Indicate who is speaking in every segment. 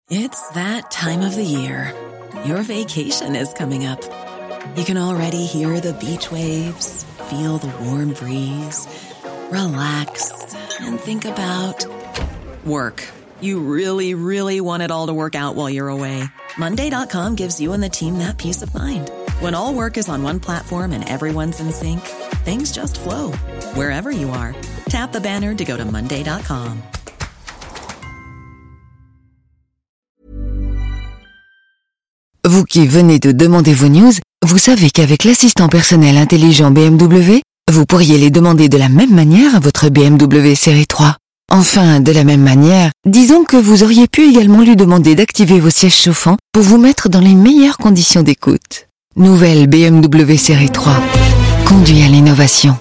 Speaker 1: It's that time of the year. Your vacation is coming up. You can already hear the beach waves, feel the warm breeze, relax, and think about work. You really, really want it all to work out while you're away. Monday.com gives you and the team that peace of mind. When all work is on one platform and everyone's in sync, things just flow. Wherever you are, tap the banner to go to Monday.com.
Speaker 2: Vous qui venez de demander vos news, vous savez qu'avec l'assistant personnel intelligent BMW, vous pourriez les demander de la même manière à votre BMW série 3. Enfin, de la même manière, disons que vous auriez pu également lui demander d'activer vos sièges chauffants pour vous mettre dans les meilleures conditions d'écoute. Nouvelle BMW série 3. Conduit à l'innovation.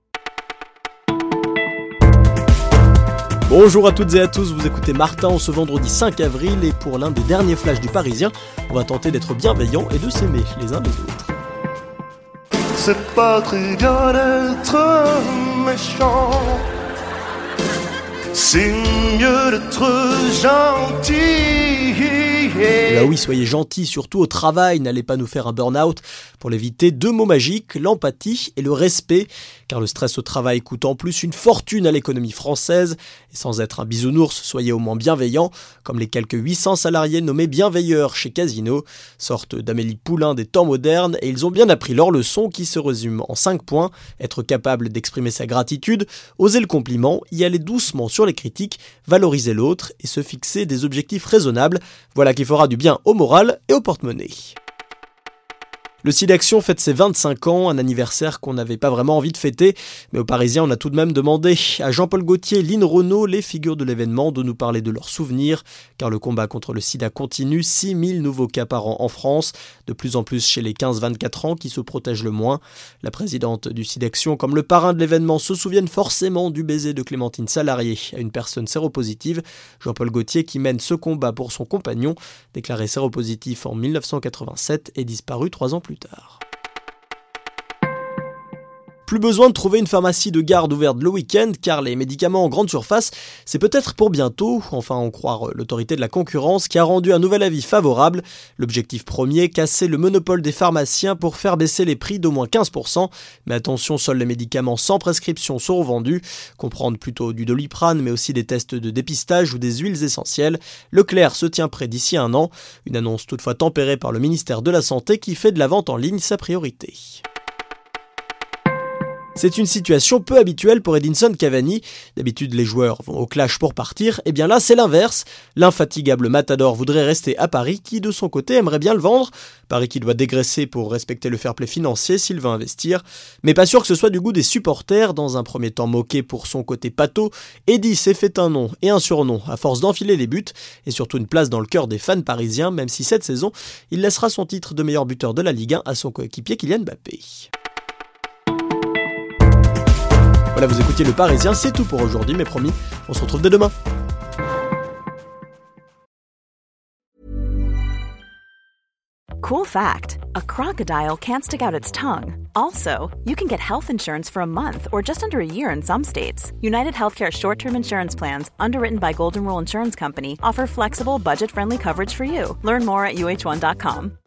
Speaker 3: Bonjour à toutes et à tous, vous écoutez Martin en ce vendredi 5 avril et pour l'un des derniers flashs du Parisien, on va tenter d'être bienveillants et de s'aimer les uns les autres.
Speaker 4: C'est pas très bien d'être méchant, c'est mieux d'être gentil.
Speaker 3: Là oui, soyez gentils, surtout au travail, n'allez pas nous faire un burn-out. Pour l'éviter, 2 mots magiques, l'empathie et le respect, car le stress au travail coûte en plus une fortune à l'économie française. Et sans être un bisounours, soyez au moins bienveillants, comme les quelques 800 salariés nommés bienveilleurs chez Casino, sorte d'Amélie Poulain des temps modernes, et ils ont bien appris leur leçon qui se résume en 5 points, être capable d'exprimer sa gratitude, oser le compliment, y aller doucement sur les critiques, valoriser l'autre et se fixer des objectifs raisonnables. Voilà qui fera du bien au moral et au porte-monnaie. Le SIDAction fête ses 25 ans, un anniversaire qu'on n'avait pas vraiment envie de fêter, mais aux Parisiens on a tout de même demandé à Jean-Paul Gaultier, Lynn Renaud, les figures de l'événement, de nous parler de leurs souvenirs, car le combat contre le sida continue, 6000 nouveaux cas par an en France, de plus en plus chez les 15-24 ans qui se protègent le moins. La présidente du SIDAction, comme le parrain de l'événement, se souviennent forcément du baiser de Clémentine Salarié à une personne séropositive. Jean-Paul Gaultier, qui mène ce combat pour son compagnon, déclaré séropositif en 1987 et disparu 3 ans plus tard. Plus besoin de trouver une pharmacie de garde ouverte le week-end car les médicaments en grande surface, c'est peut-être pour bientôt, enfin en croire l'autorité de la concurrence qui a rendu un nouvel avis favorable. L'objectif premier, casser le monopole des pharmaciens pour faire baisser les prix d'au moins 15%. Mais attention, seuls les médicaments sans prescription seront vendus. Comprendre plutôt du Doliprane mais aussi des tests de dépistage ou des huiles essentielles. Leclerc se tient prêt d'ici 1 an. Une annonce toutefois tempérée par le ministère de la Santé qui fait de la vente en ligne sa priorité. C'est une situation peu habituelle pour Edinson Cavani. D'habitude, les joueurs vont au clash pour partir. Et bien là, c'est l'inverse. L'infatigable Matador voudrait rester à Paris, qui de son côté aimerait bien le vendre. Paris qui doit dégraisser pour respecter le fair-play financier s'il veut investir. Mais pas sûr que ce soit du goût des supporters. Dans un premier temps moqué pour son côté pâteau, Eddy s'est fait un nom et un surnom à force d'enfiler les buts. Et surtout une place dans le cœur des fans parisiens, même si cette saison, il laissera son titre de meilleur buteur de la Ligue 1 à son coéquipier Kylian Mbappé. Voilà, vous écoutiez Le Parisien, c'est tout pour aujourd'hui, mais promis, on se retrouve dès demain.
Speaker 5: Cool fact, a crocodile can't stick out its tongue. Also, you can get health insurance for a month or just under a year in some states. United Healthcare short-term insurance plans, underwritten by Golden Rule Insurance Company, offer flexible, budget-friendly coverage for you. Learn more at uh1.com.